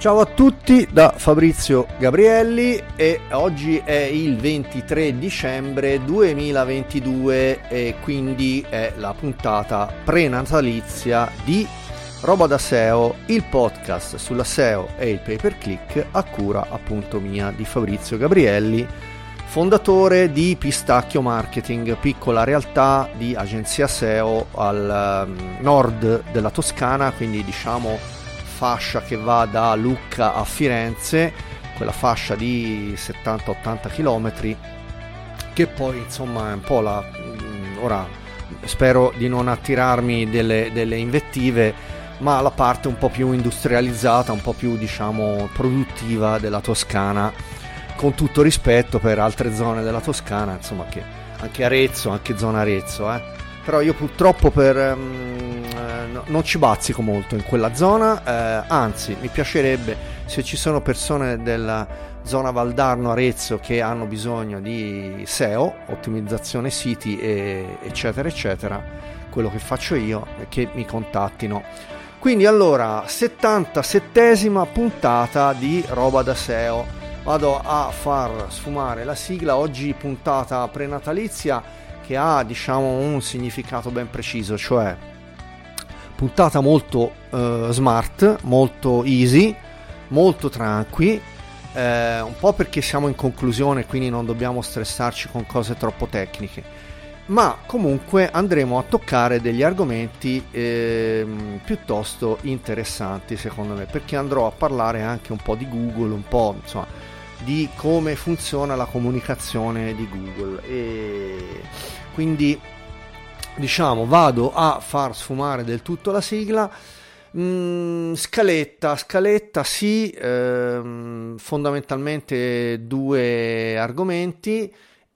Ciao a tutti da Fabrizio Gabrielli e oggi è il 23 dicembre 2022 e quindi è la puntata prenatalizia di Roba da SEO, il podcast sulla SEO e il pay per click a cura appunto mia di Fabrizio Gabrielli, fondatore di Pistacchio Marketing, piccola realtà di agenzia SEO al nord della Toscana, quindi diciamo fascia che va da Lucca a Firenze, quella fascia di 70-80 km che poi insomma è un po' la... ora spero di non attirarmi delle invettive, ma la parte un po' più industrializzata, un po' più diciamo produttiva della Toscana, con tutto rispetto per altre zone della Toscana, insomma, che anche Arezzo, anche zona Arezzo, però io purtroppo non ci bazzico molto in quella zona, anzi mi piacerebbe, se ci sono persone della zona Valdarno Arezzo che hanno bisogno di SEO, ottimizzazione siti eccetera eccetera, quello che faccio io, che mi contattino. Quindi allora 77esima puntata di Roba da SEO, vado a far sfumare la sigla. Oggi puntata prenatalizia che ha diciamo un significato ben preciso, cioè puntata molto smart, molto easy, molto tranqui, un po' perché siamo in conclusione, quindi non dobbiamo stressarci con cose troppo tecniche, ma comunque andremo a toccare degli argomenti piuttosto interessanti secondo me, perché andrò a parlare anche un po' di Google, un po' insomma di come funziona la comunicazione di Google, e quindi diciamo vado a far sfumare del tutto la sigla. Scaletta sì, fondamentalmente due argomenti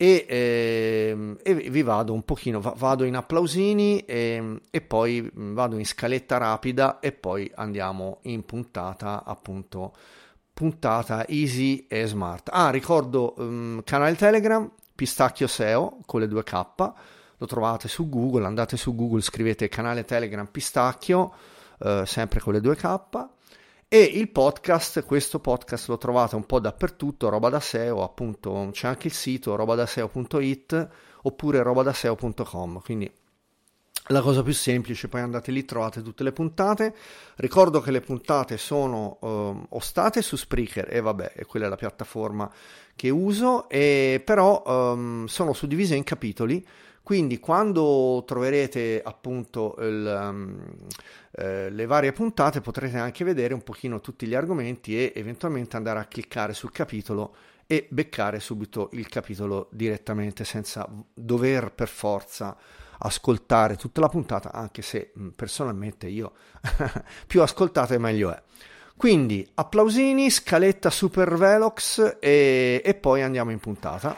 e vi vado un pochino, vado in applausini e poi vado in scaletta rapida e poi andiamo in puntata, appunto puntata easy e smart. Ricordo canale Telegram Pistacchio SEO con le 2K, lo trovate su Google, andate su Google, scrivete canale Telegram Pistacchio, sempre con le 2K, e il podcast, questo podcast lo trovate un po' dappertutto, Roba da SEO, appunto c'è anche il sito robadaseo.it oppure robadaseo.com, quindi la cosa più semplice, poi andate lì, trovate tutte le puntate. Ricordo che le puntate sono ostate su Spreaker e vabbè, e quella è la piattaforma che uso, e però sono suddivise in capitoli, quindi quando troverete appunto le varie puntate potrete anche vedere un pochino tutti gli argomenti e eventualmente andare a cliccare sul capitolo e beccare subito il capitolo direttamente senza dover per forza ascoltare tutta la puntata, anche se personalmente io più ascoltate meglio è. Quindi applausini, scaletta super velox e poi andiamo in puntata.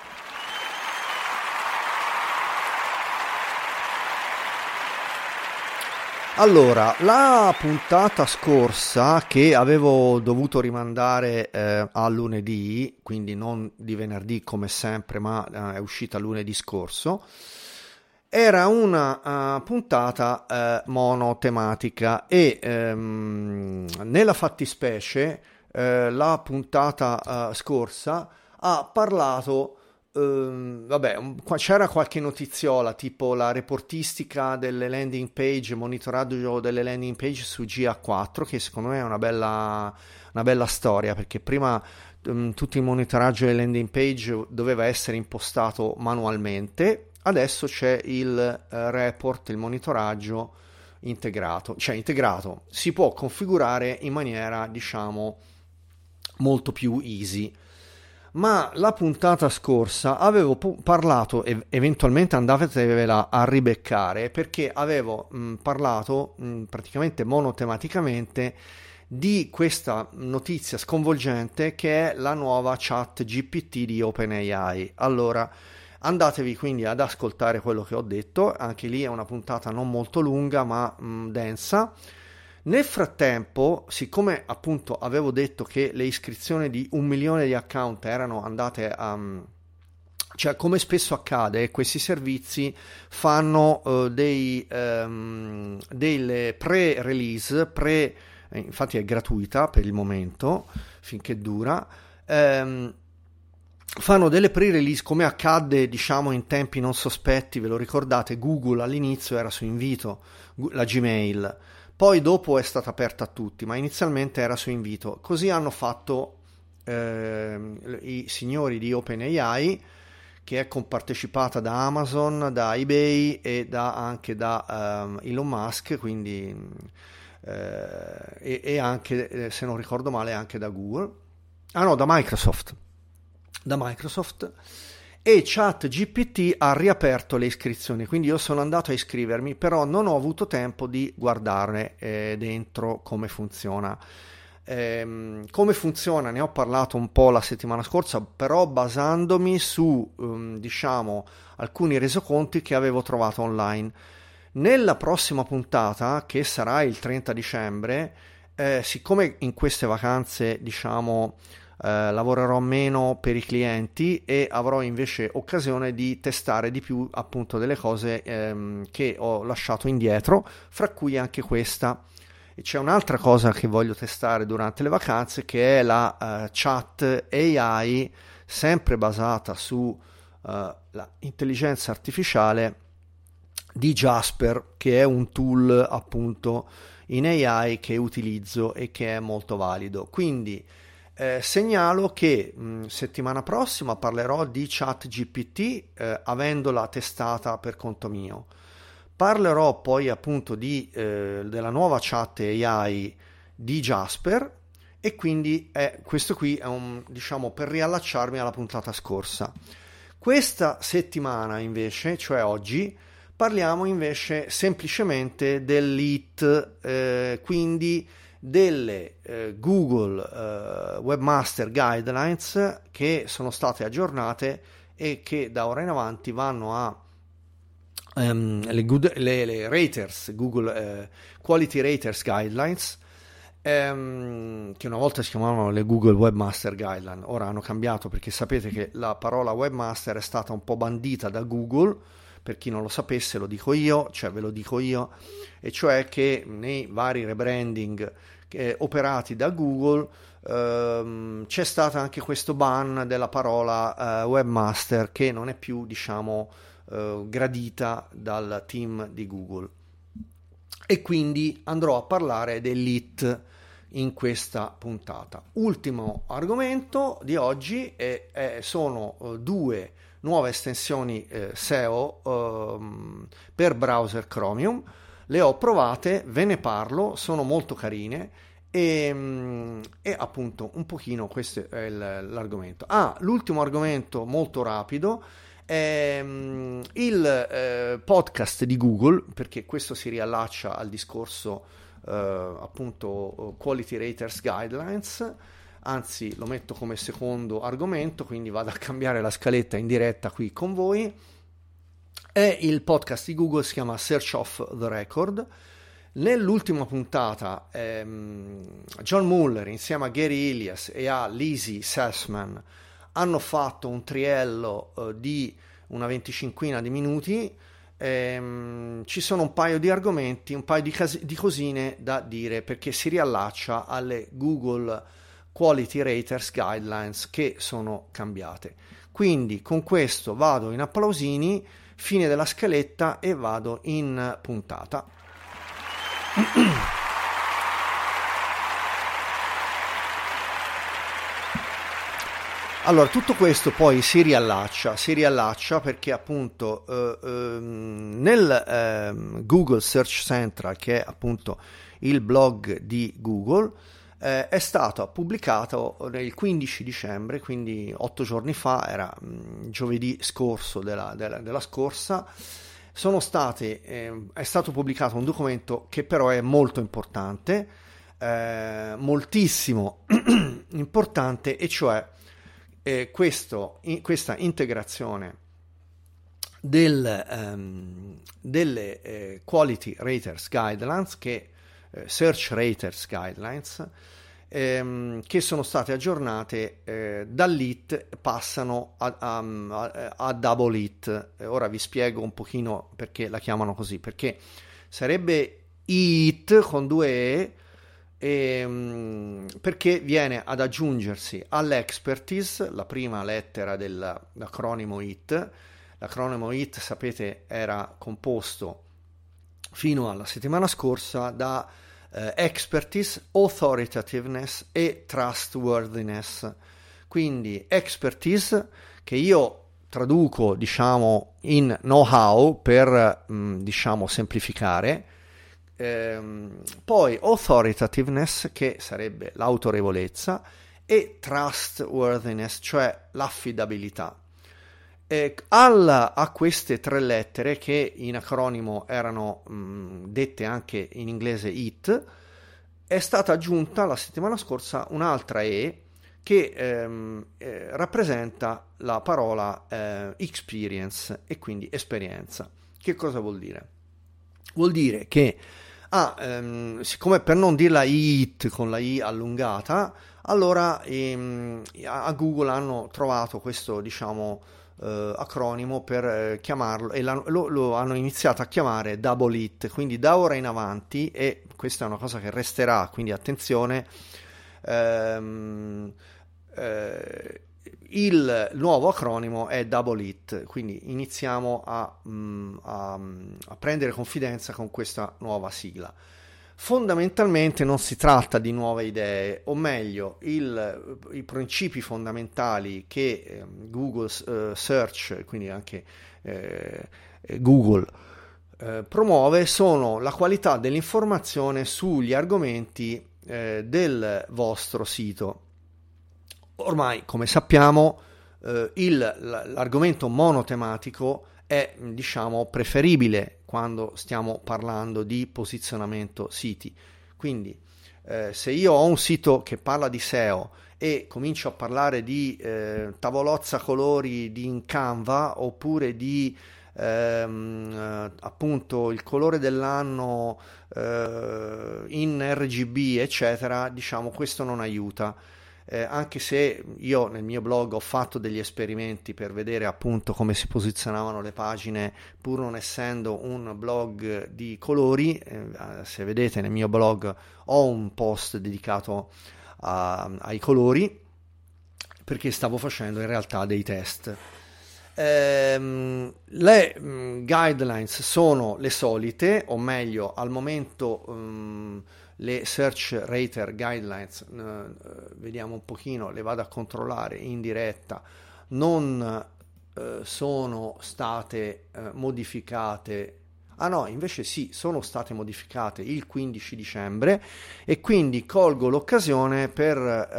Allora, la puntata scorsa, che avevo dovuto rimandare a lunedì, quindi non di venerdì come sempre, ma è uscita lunedì scorso, era una puntata monotematica e nella fattispecie la puntata scorsa ha parlato, c'era qualche notiziola tipo la reportistica delle landing page, monitoraggio delle landing page su GA4, che secondo me è una bella storia, perché prima tutto il monitoraggio delle landing page doveva essere impostato manualmente. Adesso c'è il report, il monitoraggio integrato, si può configurare in maniera diciamo molto più easy. Ma la puntata scorsa avevo parlato, e eventualmente andatevela a ribeccare, perché avevo parlato praticamente monotematicamente di questa notizia sconvolgente che è la nuova chat GPT di OpenAI. Allora andatevi quindi ad ascoltare quello che ho detto, anche lì è una puntata non molto lunga ma densa. Nel frattempo, siccome appunto avevo detto che le iscrizioni di 1 milione di account erano andate a... cioè, come spesso accade, questi servizi fanno delle pre-release, infatti è gratuita per il momento, finché dura. Fanno delle pre-release, come accadde diciamo in tempi non sospetti. Ve lo ricordate? Google all'inizio era su invito, la Gmail, poi dopo è stata aperta a tutti, ma inizialmente era su invito. Così hanno fatto i signori di OpenAI, che è compartecipata da Amazon, da eBay e anche da Elon Musk, quindi e anche, se non ricordo male, anche da Google. Ah no, da Microsoft. E ChatGPT ha riaperto le iscrizioni, quindi io sono andato a iscrivermi, però non ho avuto tempo di guardare dentro come funziona. Come funziona ne ho parlato un po' la settimana scorsa, però basandomi su diciamo alcuni resoconti che avevo trovato online. Nella prossima puntata, che sarà il 30 dicembre, siccome in queste vacanze diciamo lavorerò meno per i clienti e avrò invece occasione di testare di più appunto delle cose che ho lasciato indietro, fra cui anche questa. E c'è un'altra cosa che voglio testare durante le vacanze, che è la chat AI, sempre basata su la intelligenza artificiale di Jasper, che è un tool appunto in AI che utilizzo e che è molto valido. Quindi segnalo che settimana prossima parlerò di ChatGPT avendola testata per conto mio. Parlerò poi appunto della nuova chat AI di Jasper, e quindi questo qui è diciamo per riallacciarmi alla puntata scorsa. Questa settimana invece, cioè oggi, parliamo invece semplicemente dell'IT, quindi delle Google Webmaster Guidelines, che sono state aggiornate e che da ora in avanti vanno a le Raters, Google Quality Raters Guidelines, che una volta si chiamavano le Google Webmaster Guidelines, ora hanno cambiato perché sapete che la parola webmaster è stata un po' bandita da Google. Per chi non lo sapesse, lo dico io, cioè ve lo dico io, e cioè che nei vari rebranding operati da Google c'è stato anche questo ban della parola webmaster, che non è più diciamo gradita dal team di Google, e quindi andrò a parlare dell'IT in questa puntata. Ultimo argomento di oggi sono due nuove estensioni SEO per browser Chromium. Le ho provate, ve ne parlo, sono molto carine e appunto un pochino questo è l'argomento. L'ultimo argomento molto rapido è il podcast di Google, perché questo si riallaccia al discorso appunto Quality Raters Guidelines. Anzi, lo metto come secondo argomento, quindi vado a cambiare la scaletta in diretta qui con voi. È il podcast di Google, si chiama Search Off the Record. Nell'ultima puntata John Mueller insieme a Gary Ilias e a Lizzie Salzman hanno fatto un triello di una 25 di minuti. Ci sono un paio di argomenti, un paio di cosine da dire, perché si riallaccia alle Google Quality Raters Guidelines che sono cambiate. Quindi con questo vado in applausini, fine della scaletta e vado in puntata. Allora, tutto questo poi si riallaccia perché appunto nel Google Search Central, che è appunto il blog di Google, è stato pubblicato il 15 dicembre, quindi 8 giorni fa, era giovedì scorso della scorsa. È stato pubblicato un documento che però è molto importante, moltissimo importante, e cioè questa integrazione delle Quality Raters Guidelines, Search Raters Guidelines, che sono state aggiornate dall'IT, passano a Double IT. Ora vi spiego un pochino perché la chiamano così, perché sarebbe IT con due E, perché viene ad aggiungersi all'expertise, la prima lettera dell'acronimo IT. L'acronimo IT, sapete, era composto fino alla settimana scorsa da expertise, authoritativeness e trustworthiness. Quindi expertise, che io traduco, diciamo, in know-how per, diciamo, semplificare. Poi authoritativeness, che sarebbe l'autorevolezza, e trustworthiness, cioè l'affidabilità. A queste tre lettere, che in acronimo erano dette anche in inglese IT, è stata aggiunta la settimana scorsa un'altra E che rappresenta la parola experience, e quindi esperienza. Che cosa vuol dire? Vuol dire che siccome, per non dirla IT con la I allungata, allora a Google hanno trovato questo, diciamo, acronimo per chiamarlo, e lo hanno iniziato a chiamare Double It. Quindi da ora in avanti, e questa è una cosa che resterà, quindi attenzione, il nuovo acronimo è Double It. Quindi iniziamo a prendere confidenza con questa nuova sigla. Fondamentalmente non si tratta di nuove idee, o meglio, i principi fondamentali che Google Search, quindi anche Google, promuove, sono la qualità dell'informazione sugli argomenti del vostro sito. Ormai, come sappiamo, l'argomento monotematico è, diciamo, preferibile quando stiamo parlando di posizionamento siti. Quindi se io ho un sito che parla di SEO e comincio a parlare di tavolozza colori in Canva, oppure di appunto il colore dell'anno in RGB, eccetera, diciamo, questo non aiuta. Anche se io nel mio blog ho fatto degli esperimenti per vedere appunto come si posizionavano le pagine, pur non essendo un blog di colori. Se vedete, nel mio blog ho un post dedicato ai colori, perché stavo facendo in realtà dei test. Le guidelines sono le solite, o meglio, al momento le Search Rater Guidelines, vediamo un pochino, le vado a controllare in diretta, non sono state modificate. No, invece sì, sono state modificate il 15 dicembre, e quindi colgo l'occasione per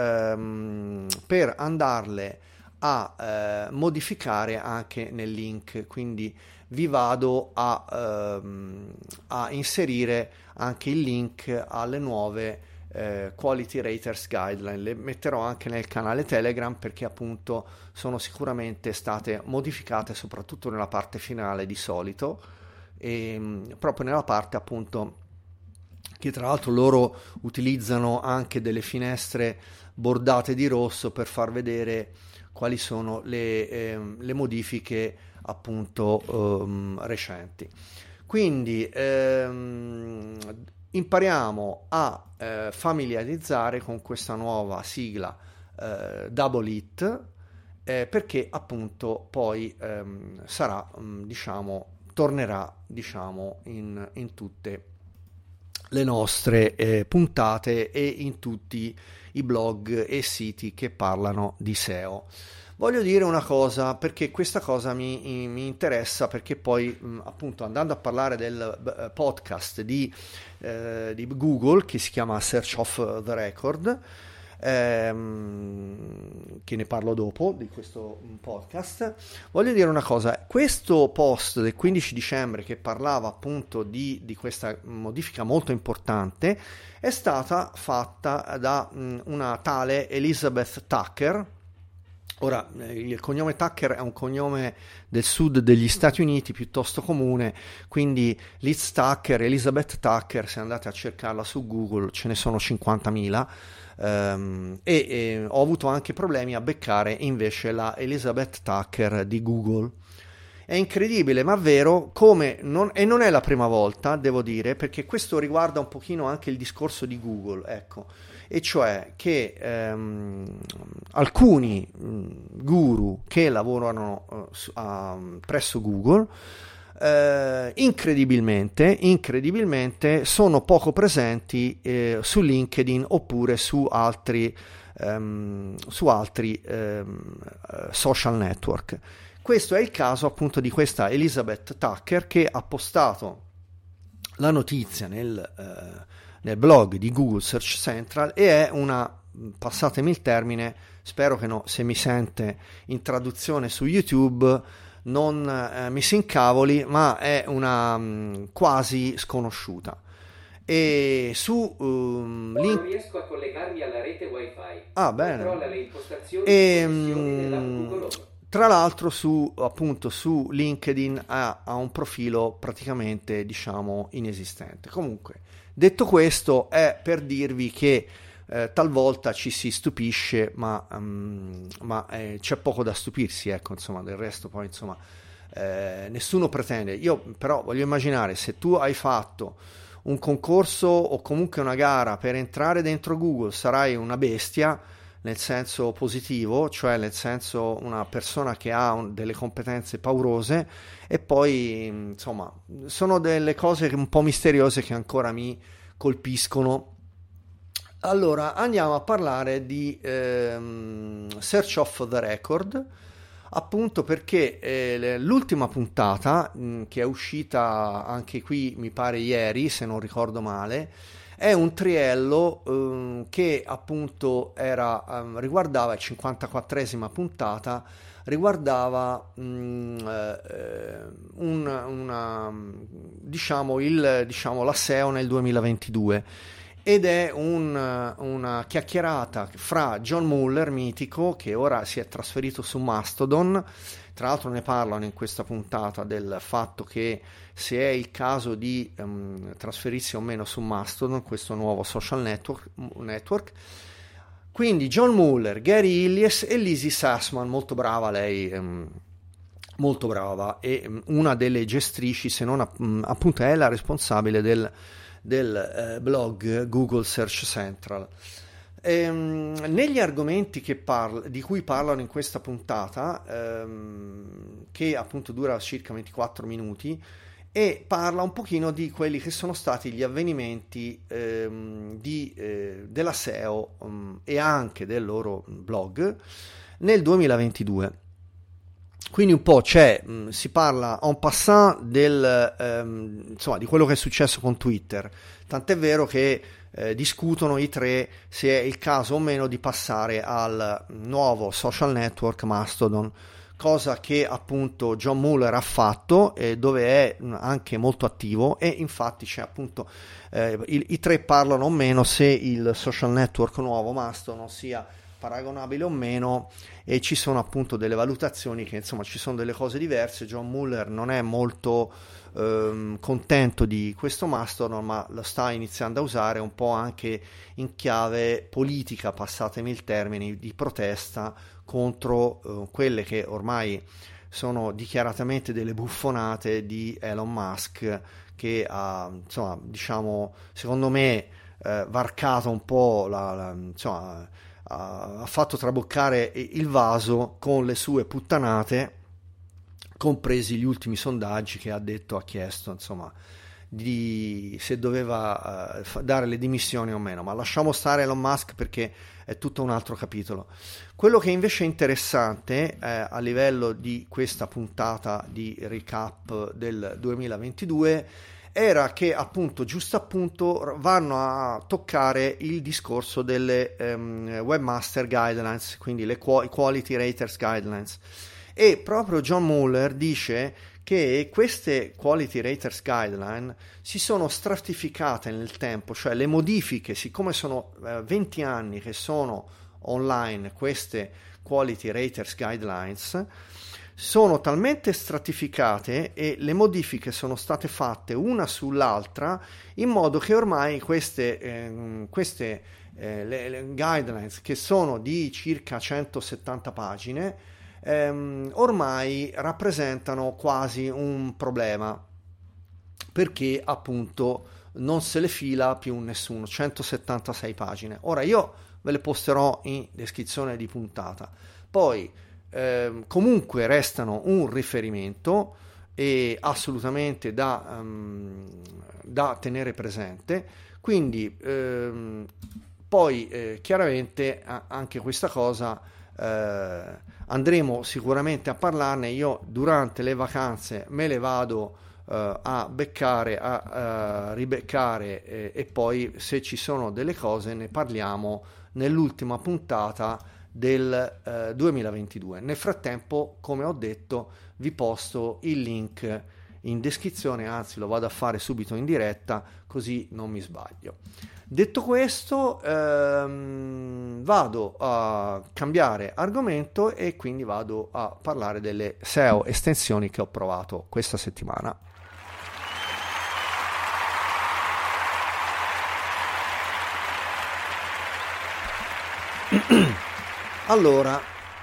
andarle a modificare anche nel link. Quindi vi vado a inserire anche il link alle nuove Quality Raters Guideline. Le metterò anche nel canale Telegram, perché appunto sono sicuramente state modificate, soprattutto nella parte finale di solito, e proprio nella parte appunto che tra l'altro loro utilizzano anche delle finestre bordate di rosso per far vedere quali sono le modifiche appunto recenti. Quindi impariamo a familiarizzare con questa nuova sigla Double It, perché appunto poi sarà, diciamo, tornerà, diciamo, in tutte le nostre puntate e in tutti i blog e siti che parlano di SEO. Voglio dire una cosa, perché questa cosa mi interessa, perché poi appunto, andando a parlare del podcast di Google, che si chiama Search Off the Record, che ne parlo dopo di questo podcast, voglio dire una cosa. Questo post del 15 dicembre che parlava appunto di questa modifica molto importante è stata fatta da una tale Elizabeth Tucker. Ora, il cognome Tucker è un cognome del sud degli Stati Uniti piuttosto comune, quindi Liz Tucker, Elizabeth Tucker, se andate a cercarla su Google ce ne sono 50.000, e ho avuto anche problemi a beccare invece la Elizabeth Tucker di Google. È incredibile, ma vero, e non è la prima volta, devo dire, perché questo riguarda un pochino anche il discorso di Google, ecco, e cioè che alcuni guru che lavorano presso Google incredibilmente sono poco presenti su LinkedIn oppure su altri social network. Questo è il caso appunto di questa Elizabeth Tucker, che ha postato la notizia nel blog di Google Search Central, e è una, passatemi il termine, spero che no, se mi sente in traduzione su YouTube non mi si incavoli, ma è una quasi sconosciuta. E su non riesco a collegarmi alla rete wifi. bene. Controlla le impostazioni e dell'app Google Home. Tra l'altro appunto su LinkedIn ha un profilo praticamente, diciamo, inesistente. Comunque, detto questo, è per dirvi che talvolta ci si stupisce, ma c'è poco da stupirsi, ecco, insomma, del resto poi, insomma, nessuno pretende. Io però voglio immaginare, se tu hai fatto un concorso o comunque una gara per entrare dentro Google, sarai una bestia, nel senso positivo, cioè nel senso una persona che ha delle competenze paurose, e poi insomma sono delle cose un po' misteriose che ancora mi colpiscono. Allora andiamo a parlare di Search of the Record, appunto perché l'ultima puntata che è uscita anche qui mi pare ieri, se non ricordo male, è un triello che appunto riguardava, il 54esima puntata, riguardava la SEO nel 2022, ed è una chiacchierata fra John Mueller, mitico, che ora si è trasferito su Mastodon. Tra l'altro ne parlano in questa puntata del fatto che se è il caso di trasferirsi o meno su Mastodon, questo nuovo social network. Quindi John Mueller, Gary Illies e Lizzie Sassman, molto brava lei, molto brava, e una delle gestrici, se non appunto è la responsabile del blog Google Search Central. Negli argomenti di cui parlano in questa puntata, che appunto dura circa 24 minuti, e parla un pochino di quelli che sono stati gli avvenimenti della SEO e anche del loro blog nel 2022. Quindi un po' si parla en passant insomma, di quello che è successo con Twitter, tant'è vero che discutono i tre se è il caso o meno di passare al nuovo social network Mastodon, cosa che appunto John Mueller ha fatto, dove è anche molto attivo, e infatti c'è appunto i tre parlano o meno se il social network nuovo Mastodon sia paragonabile o meno, e ci sono appunto delle valutazioni che insomma ci sono delle cose diverse. John Mueller non è molto contento di questo Mastodon, ma lo sta iniziando a usare un po' anche in chiave politica, passatemi il termine, di protesta contro quelle che ormai sono dichiaratamente delle buffonate di Elon Musk, che ha, insomma, diciamo, secondo me varcato un po' insomma, ha fatto traboccare il vaso con le sue puttanate, compresi gli ultimi sondaggi che ha chiesto, insomma, se doveva dare le dimissioni o meno. Ma lasciamo stare Elon Musk perché è tutto un altro capitolo. Quello che invece è interessante a livello di questa puntata di recap del 2022 era che appunto giusto appunto vanno a toccare il discorso delle Webmaster Guidelines, quindi i Quality Raters Guidelines, e proprio John Mueller dice che queste Quality Raters Guideline si sono stratificate nel tempo, cioè le modifiche, siccome sono 20 anni che sono online queste Quality Raters Guidelines, sono talmente stratificate e le modifiche sono state fatte una sull'altra, in modo che ormai queste le guidelines, che sono di circa 170 pagine, ormai rappresentano quasi un problema, perché appunto non se le fila più nessuno, 176 pagine. Ora io ve le posterò in descrizione di puntata, poi comunque restano un riferimento e assolutamente da tenere presente, quindi poi chiaramente anche questa cosa andremo sicuramente a parlarne. Io durante le vacanze me le vado a beccare, a ribeccare, e poi se ci sono delle cose ne parliamo nell'ultima puntata del 2022. Nel frattempo, come ho detto, vi posto il link in descrizione, anzi lo vado a fare subito in diretta così non mi sbaglio. Detto questo, vado a cambiare argomento e quindi vado a parlare delle SEO estensioni che ho provato questa settimana. Allora,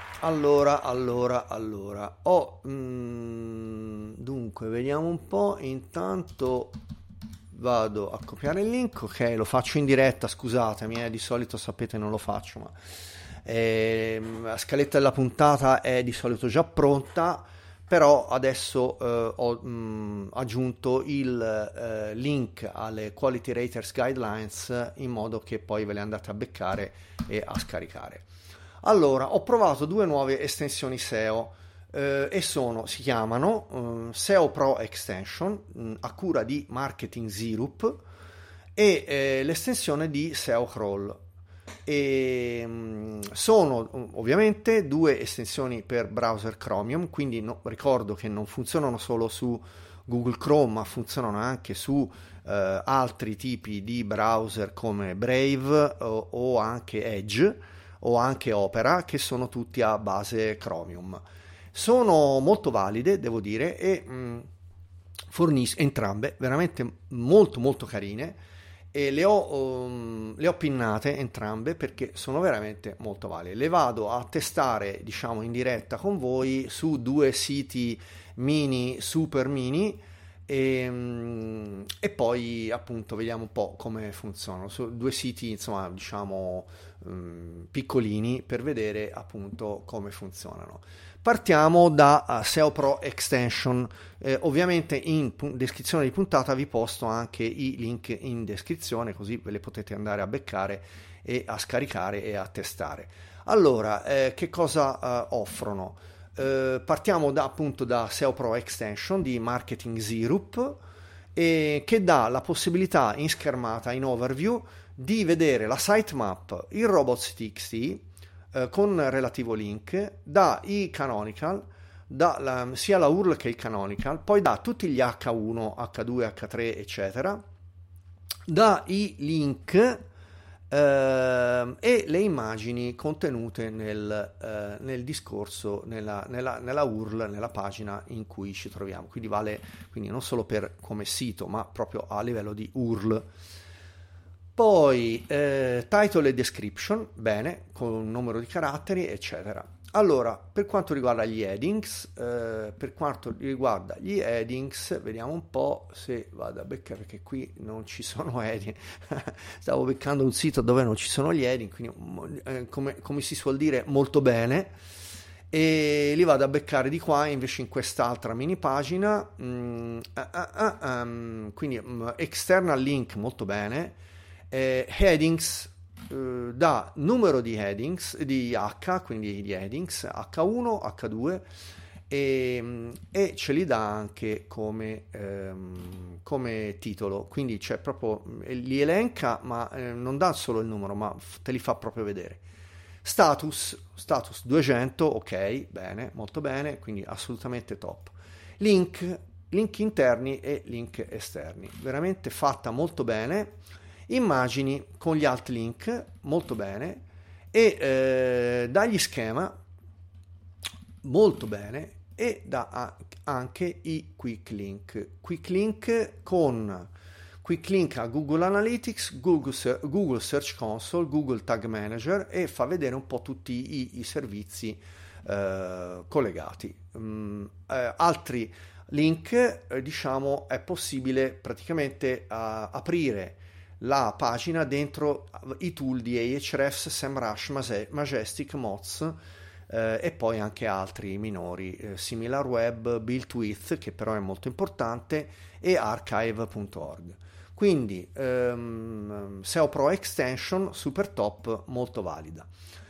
dunque, vediamo un po', intanto vado a copiare il link, ok, lo faccio in diretta, scusatemi, di solito sapete non lo faccio, ma la scaletta della puntata è di solito già pronta, però adesso ho aggiunto il link alle Quality Raters Guidelines in modo che poi ve le andate a beccare e a scaricare. Allora, ho provato due nuove estensioni SEO e si chiamano SEO Pro Extension a cura di Marketing Syrup e l'estensione di SEO Crawl. E sono ovviamente due estensioni per browser Chromium, quindi ricordo che non funzionano solo su Google Chrome, ma funzionano anche su altri tipi di browser come Brave o anche Edge o anche Opera, che sono tutti a base Chromium. Sono molto valide, devo dire, e forniscono entrambe veramente molto molto carine, e le ho pinnate entrambe perché sono veramente molto valide. Le vado a testare, diciamo, in diretta con voi su due siti mini, super mini, e poi appunto vediamo un po' come funzionano su due siti, insomma, diciamo piccolini, per vedere appunto come funzionano. Partiamo da SEO Pro Extension. Ovviamente in descrizione di puntata vi posto anche i link in descrizione, così ve le potete andare a beccare e a scaricare e a testare. Allora, che cosa offrono? Partiamo appunto da SEO Pro Extension di Marketing Syrup, che dà la possibilità in schermata, in overview, di vedere la sitemap, il robots.txt con relativo link, da i canonical, sia la URL che il canonical, poi da tutti gli H1, H2, H3 eccetera, da i link e le immagini contenute nel discorso, nella URL, nella pagina in cui ci troviamo. Quindi vale non solo per come sito, ma proprio a livello di URL. Poi title e description, bene, con un numero di caratteri, eccetera. Allora, per quanto riguarda gli headings, vediamo un po' se vado a beccare, perché qui non ci sono heading. Stavo beccando un sito dove non ci sono gli heading, quindi come si suol dire, molto bene, e li vado a beccare di qua, invece in quest'altra mini pagina. Quindi external link, molto bene. Headings, da numero di headings di H, quindi di headings H1, H2, e ce li dà anche come titolo, quindi c'è proprio, li elenca, ma non dà solo il numero, ma te li fa proprio vedere. Status 200, ok, bene, molto bene, quindi assolutamente top. Link interni e link esterni, veramente fatta molto bene. Immagini con gli alt link, molto bene, e dagli schema, molto bene, e dà anche i quick link con quick link a Google Analytics, Google Search Console, Google Tag Manager, e fa vedere un po' tutti i servizi collegati. Altri link, diciamo, è possibile praticamente aprire la pagina dentro i tool di Ahrefs, SEMrush, Majestic, Moz, e poi anche altri minori, SimilarWeb, BuiltWith, che però è molto importante, e archive.org. Quindi SEO Pro Extension super top, molto valida.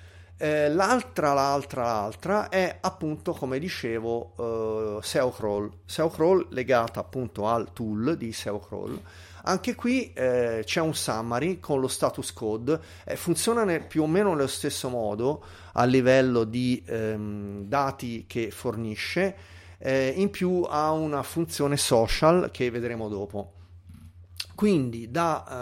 L'altra è appunto, come dicevo, SEO Crawl legata appunto al tool di SEO Crawl. Anche qui c'è un summary con lo status code, funziona più o meno nello stesso modo a livello di dati che fornisce, in più ha una funzione social che vedremo dopo. Quindi da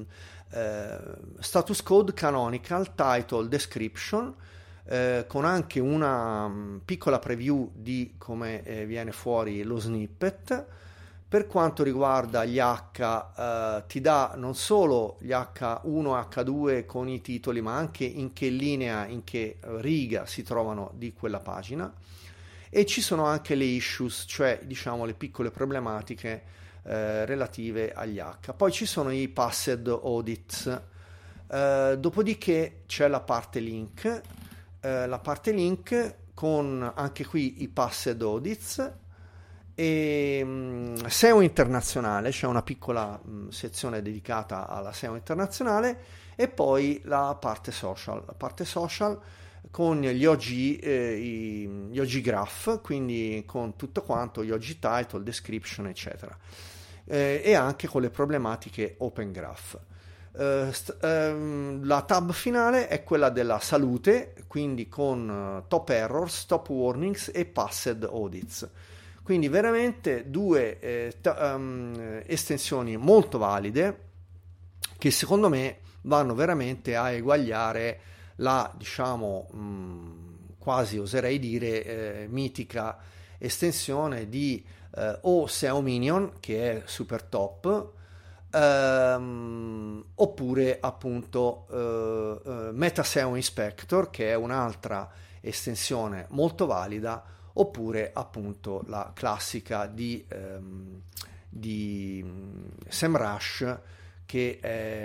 status code, canonical, title, description, con anche una piccola preview di come viene fuori lo snippet. Per quanto riguarda gli H, ti dà non solo gli H1, H2 con i titoli, ma anche in che linea, in che riga si trovano di quella pagina, e ci sono anche le issues, cioè diciamo le piccole problematiche relative agli H. Poi ci sono i passed audits, dopodiché c'è la parte link con anche qui i passed audits e SEO internazionale, c'è una piccola sezione dedicata alla SEO internazionale, e poi la parte social con gli OG graph, quindi con tutto quanto, gli OG title, description, eccetera, e anche con le problematiche Open Graph. La tab finale è quella della salute, quindi con top errors, top warnings e passed audits. Quindi veramente due estensioni molto valide, che secondo me vanno veramente a eguagliare la, diciamo, quasi oserei dire mitica estensione di o SEO Minion, che è super top, oppure appunto Meta SEO Inspector, che è un'altra estensione molto valida, oppure appunto la classica di SEMrush, che è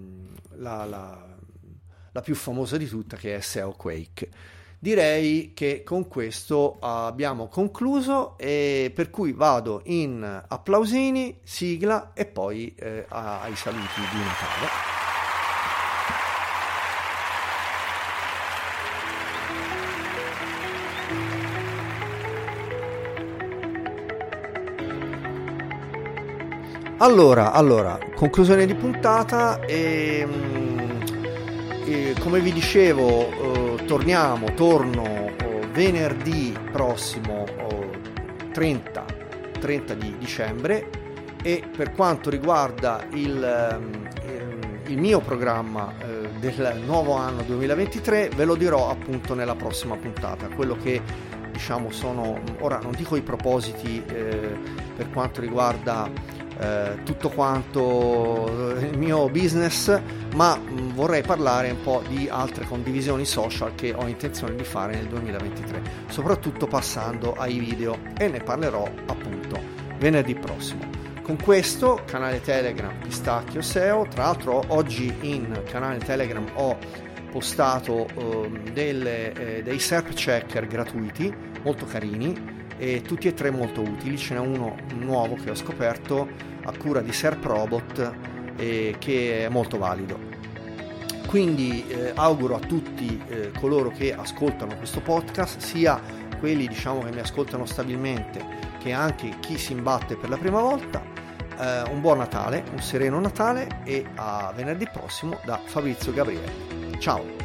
la più famosa di tutte, che è SEO Quake. Direi che con questo abbiamo concluso, e per cui vado in applausini, sigla e poi ai saluti di Natale. Allora, conclusione di puntata, e come vi dicevo, torno venerdì prossimo, 30 di dicembre, e per quanto riguarda il mio programma del nuovo anno 2023 ve lo dirò appunto nella prossima puntata. Quello che diciamo sono, ora non dico i propositi per quanto riguarda tutto quanto il mio business, ma vorrei parlare un po' di altre condivisioni social che ho intenzione di fare nel 2023, soprattutto passando ai video, e ne parlerò appunto venerdì prossimo. Con questo canale Telegram Pistacchio SEO, tra l'altro oggi in canale Telegram ho postato dei SERP checker gratuiti molto carini, e tutti e tre molto utili. Ce n'è uno nuovo che ho scoperto a cura di SERP Robot, che è molto valido. Quindi auguro a tutti coloro che ascoltano questo podcast, sia quelli diciamo che mi ascoltano stabilmente, che anche chi si imbatte per la prima volta, un buon Natale, un sereno Natale, e a venerdì prossimo da Fabrizio Gabrielli. Ciao!